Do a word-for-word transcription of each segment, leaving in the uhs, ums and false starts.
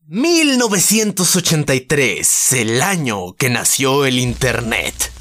mil novecientos ochenta y tres, el año que nació el Internet.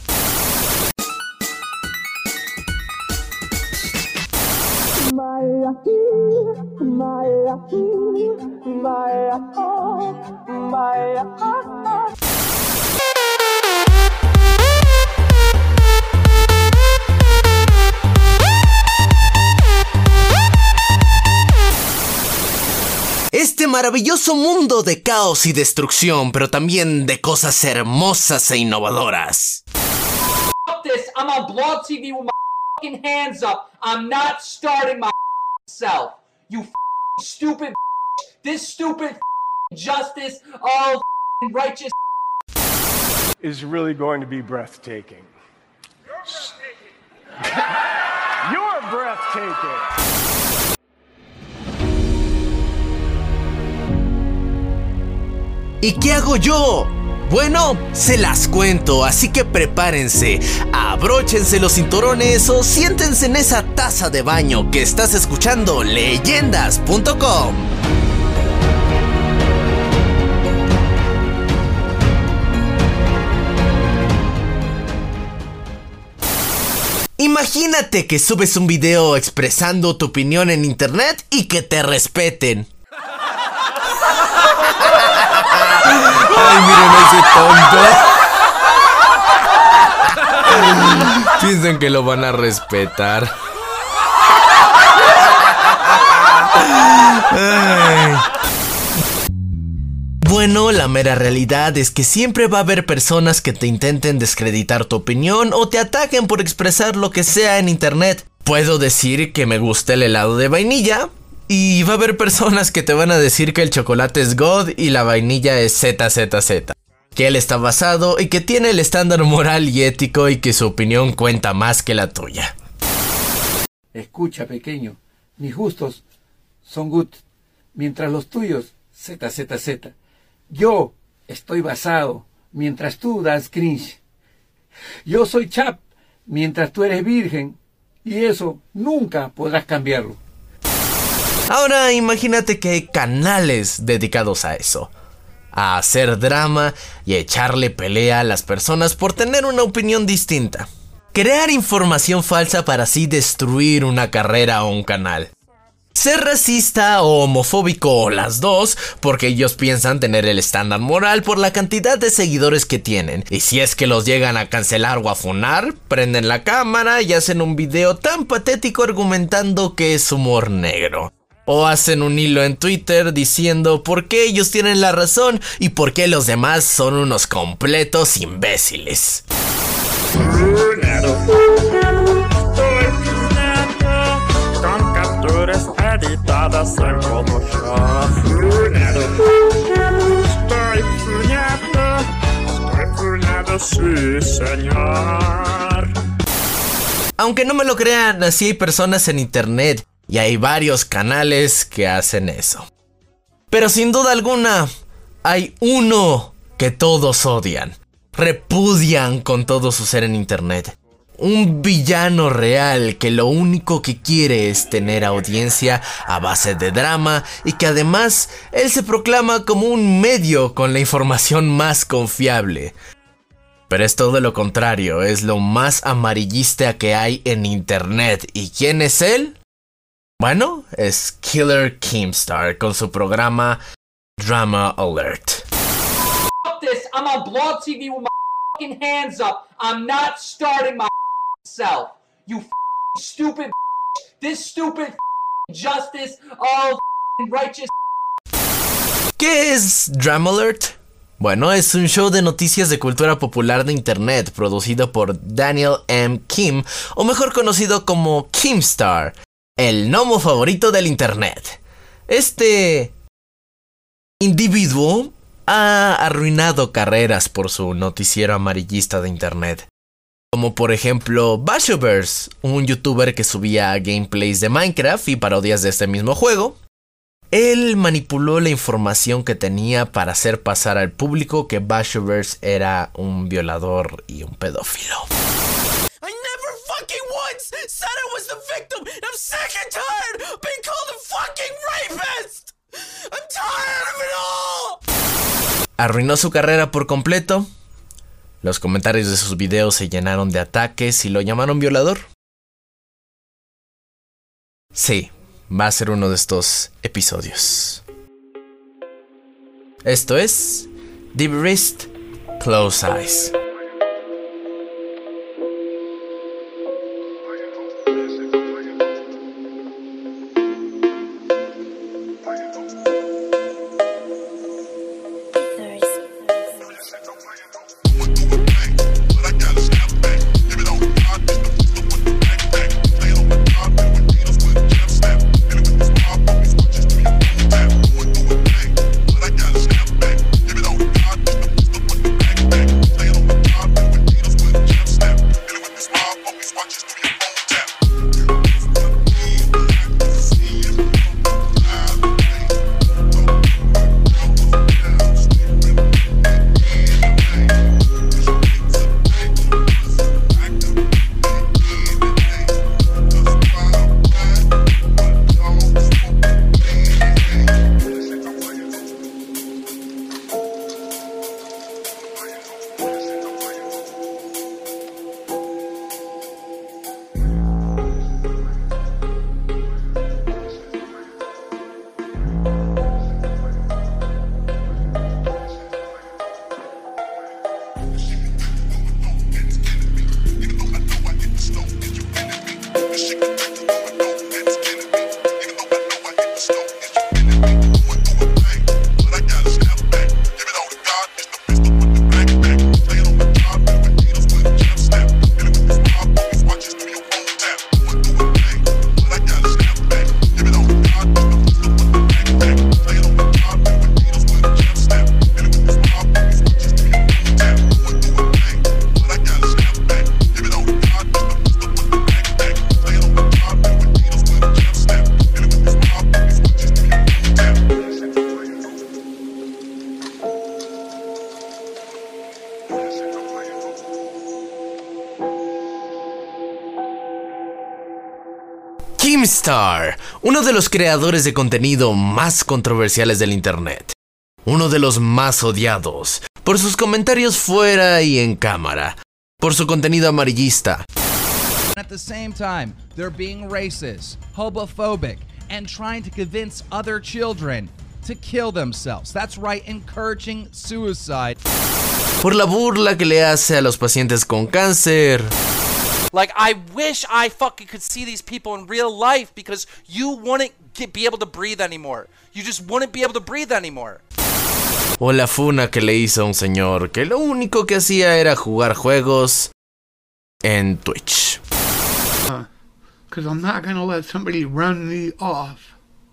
Este maravilloso mundo de caos y destrucción, pero también de cosas hermosas e innovadoras. Fuck this, I'm on Blog T V with my fucking hands up. I'm not starting my self. You fucking stupid. This stupid justice, all righteous is really going to be breathtaking. You're breathtaking. ¿Y qué hago yo? Bueno, se las cuento, así que prepárense, abróchense los cinturones o siéntense en esa taza de baño que estás escuchando leyendas punto com. Imagínate que subes un video expresando tu opinión en internet y que te respeten. Ay, miren a ese tonto. Piensan que lo van a respetar. Ay. Bueno, la mera realidad es que siempre va a haber personas que te intenten descreditar tu opinión o te ataquen por expresar lo que sea en internet. Puedo decir que me gusta el helado de vainilla, y va a haber personas que te van a decir que el chocolate es God y la vainilla es Z Z Z. Que él está basado y que tiene el estándar moral y ético y que su opinión cuenta más que la tuya. Escucha, pequeño, mis gustos son good, mientras los tuyos Z Z Z. Yo estoy basado, mientras tú das cringe. Yo soy chap, mientras tú eres virgen, y eso nunca podrás cambiarlo. Ahora imagínate que hay canales dedicados a eso, a hacer drama y a echarle pelea a las personas por tener una opinión distinta. Crear información falsa para así destruir una carrera o un canal. Ser racista o homofóbico o las dos, porque ellos piensan tener el estándar moral por la cantidad de seguidores que tienen. Y si es que los llegan a cancelar o a funar, prenden la cámara y hacen un video tan patético argumentando que es humor negro. O hacen un hilo en Twitter diciendo por qué ellos tienen la razón y por qué los demás son unos completos imbéciles. Funado, estoy funado, con capturas editadas en Photoshop. Funado, estoy funado, estoy funado, sí señor. Aunque no me lo crean, así hay personas en internet. Y hay varios canales que hacen eso. Pero sin duda alguna, hay uno que todos odian, repudian con todo su ser en internet. Un villano real que lo único que quiere es tener audiencia a base de drama y que además él se proclama como un medio con la información más confiable. Pero es todo lo contrario, es lo más amarillista que hay en internet. ¿Y quién es él? Bueno, es Killer Keemstar con su programa Drama Alert. Fuck this, I'm on Blog T V with my fucking hands up. I'm not starting my self. You stupid. This stupid justice, all righteous. ¿Qué es Drama Alert? Bueno, es un show de noticias de cultura popular de internet producido por Daniel M. Kim, o mejor conocido como Keemstar, el gnomo favorito del internet. Este individuo ha arruinado carreras por su noticiero amarillista de internet. Como por ejemplo Bashoverse, un youtuber que subía gameplays de Minecraft y parodias de este mismo juego. Él manipuló la información que tenía para hacer pasar al público que Bashoverse era un violador y un pedófilo. I never fucking once said I was the victim. I'm sick and tired of being called a fucking rapist. I'm tired of it all. Arruinó su carrera por completo. Los comentarios de sus videos se llenaron de ataques y lo llamaron violador. Sí, va a ser uno de estos episodios. Esto es Deep Wrist, Close Eyes. Keemstar, uno de los creadores de contenido más controversiales del internet, uno de los más odiados, por sus comentarios fuera y en cámara, por su contenido amarillista. At the same time, they're being racist, homophobic, and trying to convince other children to kill themselves. That's right, encouraging suicide. Por la burla que le hace a los pacientes con cáncer. Like, I wish I fucking could see these people in real life because you wouldn't get, be able to breathe anymore. You just wouldn't be able to breathe anymore. O la funa que le hizo a un señor que lo único que hacía era jugar juegos en Twitch. Because I'm not going to let somebody run me off.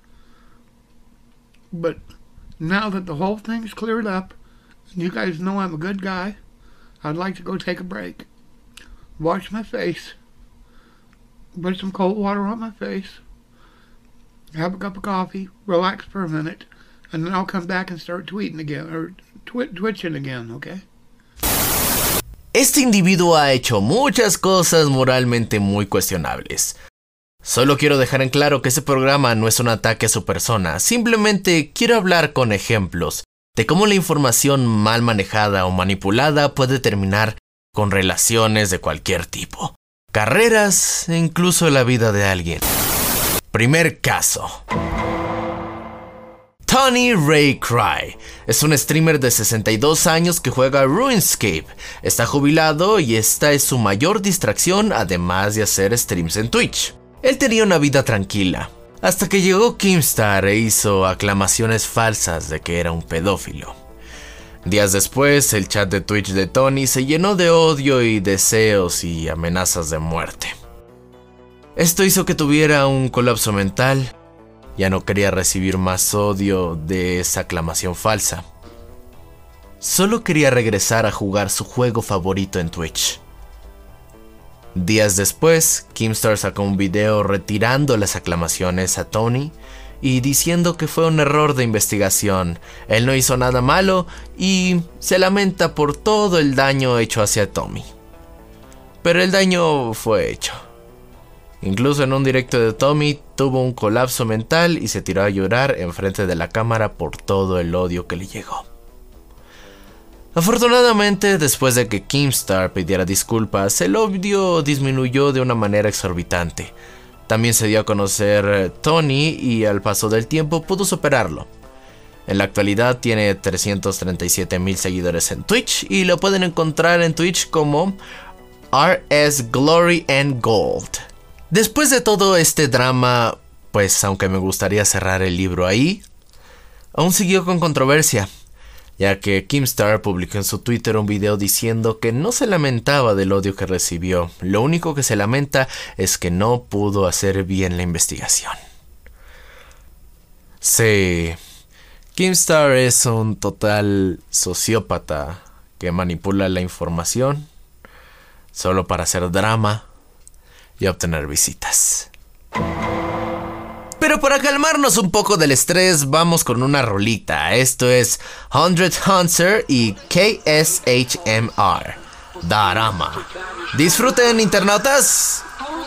But now that the whole thing's cleared up, and you guys know I'm a good guy, I'd like to go take a break. Wash my face, put some cold water on my face, have a cup of coffee, relax for a minute, and then I'll come back and start tweeting again, or twi twitching again, okay? Este individuo ha hecho muchas cosas moralmente muy cuestionables. Solo quiero dejar en claro que este programa no es un ataque a su persona, simplemente quiero hablar con ejemplos de cómo la información mal manejada o manipulada puede terminar con relaciones de cualquier tipo, carreras e incluso la vida de alguien. Primer caso. Tony Ray Cry es un streamer de sesenta y dos años que juega RuneScape. Está jubilado y esta es su mayor distracción, además de hacer streams en Twitch. Él tenía una vida tranquila, hasta que llegó Keemstar e hizo aclamaciones falsas de que era un pedófilo. Días después, el chat de Twitch de Tony se llenó de odio y deseos y amenazas de muerte. Esto hizo que tuviera un colapso mental. Ya no quería recibir más odio de esa aclamación falsa. Solo quería regresar a jugar su juego favorito en Twitch. Días después, Keemstar sacó un video retirando las aclamaciones a Tony y diciendo que fue un error de investigación. Él no hizo nada malo y se lamenta por todo el daño hecho hacia Tommy. Pero el daño fue hecho. Incluso en un directo de Tommy tuvo un colapso mental y se tiró a llorar enfrente de la cámara por todo el odio que le llegó. Afortunadamente, después de que Keemstar pidiera disculpas, el odio disminuyó de una manera exorbitante. También se dio a conocer Tony y al paso del tiempo pudo superarlo. En la actualidad tiene trescientos treinta y siete mil seguidores en Twitch y lo pueden encontrar en Twitch como R S Glory and Gold. Después de todo este drama, pues aunque me gustaría cerrar el libro ahí, aún siguió con controversia, ya que Keemstar publicó en su Twitter un video diciendo que no se lamentaba del odio que recibió. Lo único que se lamenta es que no pudo hacer bien la investigación. Sí, Keemstar es un total sociópata que manipula la información solo para hacer drama y obtener visitas. Pero para calmarnos un poco del estrés, vamos con una rolita. Esto es Hundred Hunter y K S H M R, Darama. Disfruten, internautas.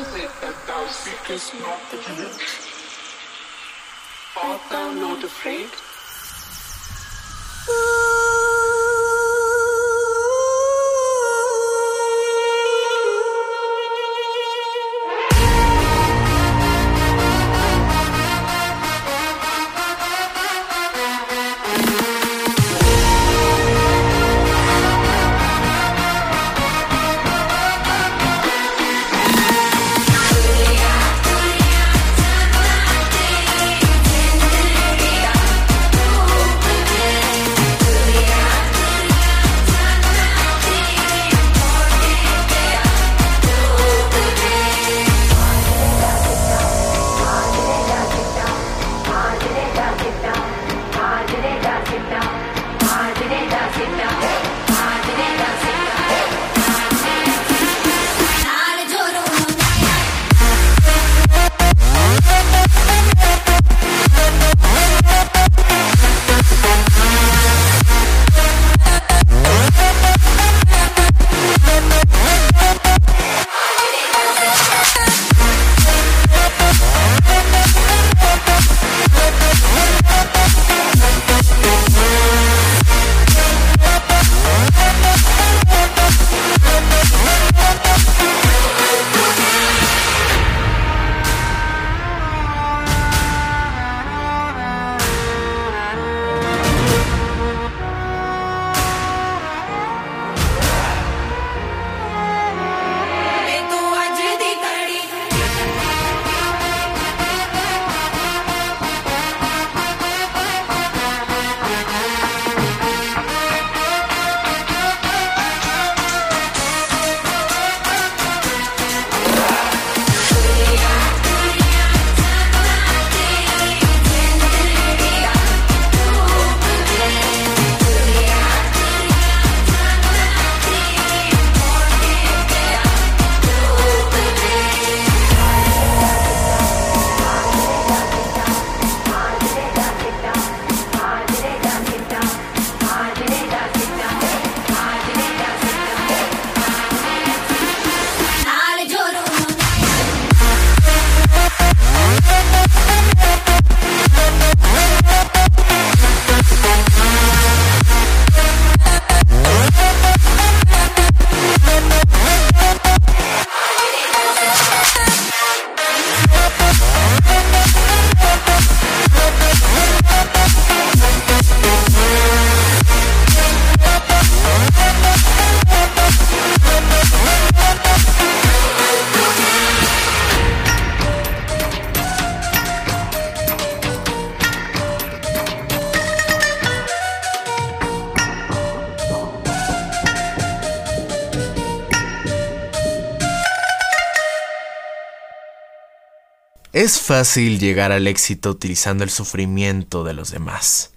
Es fácil llegar al éxito utilizando el sufrimiento de los demás.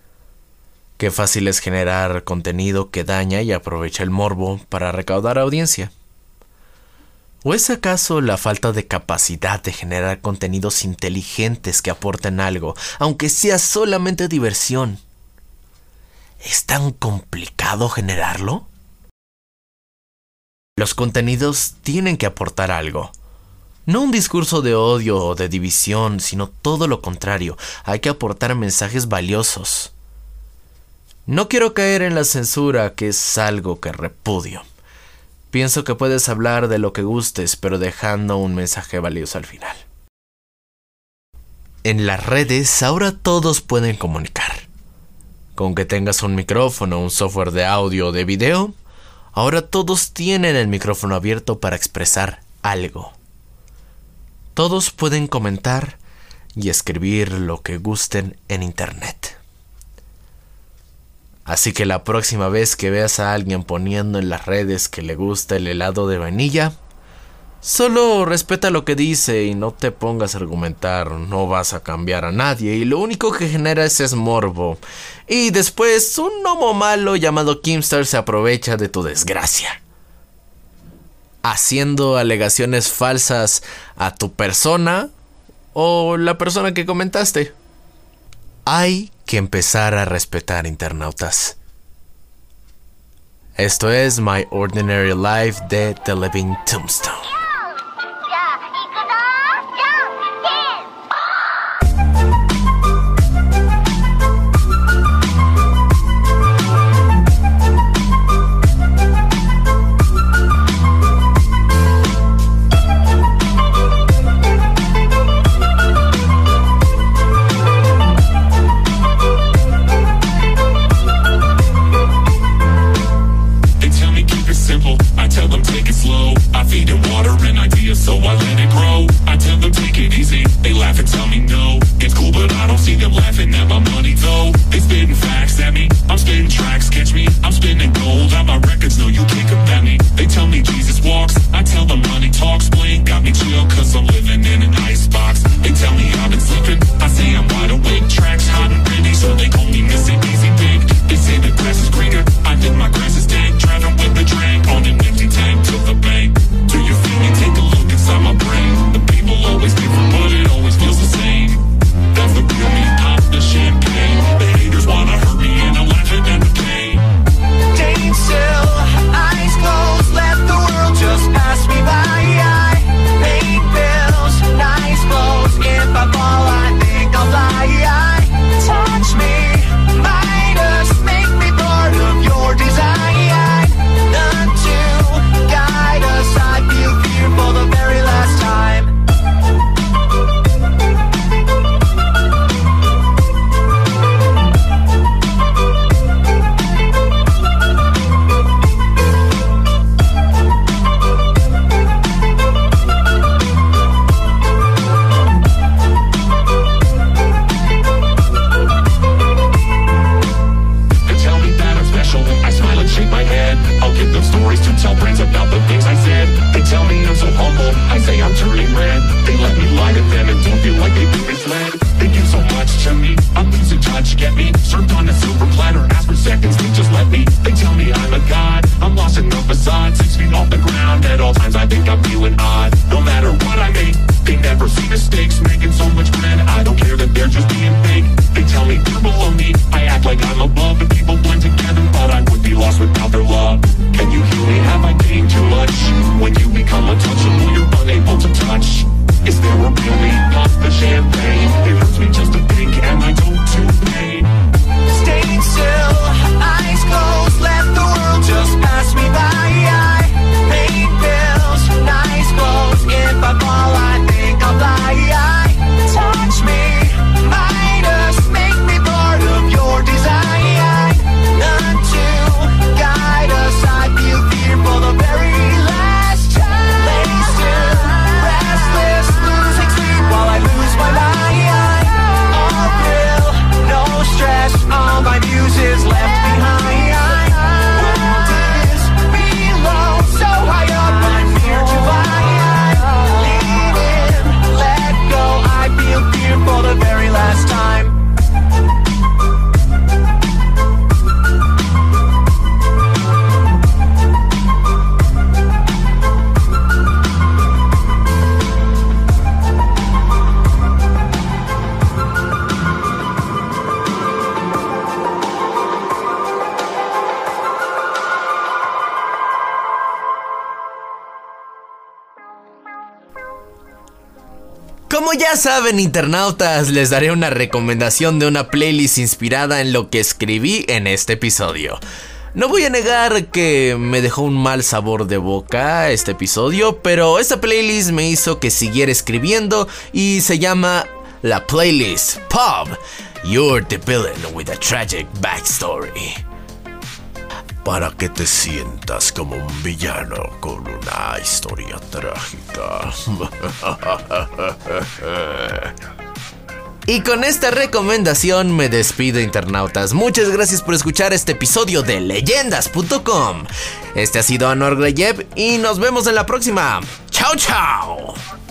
Qué fácil es generar contenido que daña y aprovecha el morbo para recaudar audiencia. ¿O es acaso la falta de capacidad de generar contenidos inteligentes que aporten algo, aunque sea solamente diversión? ¿Es tan complicado generarlo? Los contenidos tienen que aportar algo. No un discurso de odio o de división, sino todo lo contrario. Hay que aportar mensajes valiosos. No quiero caer en la censura, que es algo que repudio. Pienso que puedes hablar de lo que gustes, pero dejando un mensaje valioso al final. En las redes ahora todos pueden comunicar. Con que tengas un micrófono, un software de audio o de video, ahora todos tienen el micrófono abierto para expresar algo. Todos pueden comentar y escribir lo que gusten en internet. Así que la próxima vez que veas a alguien poniendo en las redes que le gusta el helado de vainilla, solo respeta lo que dice y no te pongas a argumentar. No vas a cambiar a nadie y lo único que genera es morbo. Y después un gnomo malo llamado Keemstar se aprovecha de tu desgracia, haciendo alegaciones falsas a tu persona o la persona que comentaste. Hay que empezar a respetar, internautas. Esto es My Ordinary Life de The Living Tombstone. Feed and water Como ya saben, internautas, les daré una recomendación de una playlist inspirada en lo que escribí en este episodio. No voy a negar que me dejó un mal sabor de boca este episodio, pero esta playlist me hizo que siguiera escribiendo y se llama la playlist Pub, You're the Villain with a Tragic Backstory. Para que te sientas como un villano con una historia trágica. Y con esta recomendación me despido, internautas. Muchas gracias por escuchar este episodio de leyendas punto com. Este ha sido Anwar Grayeb y nos vemos en la próxima. ¡Chao, chao!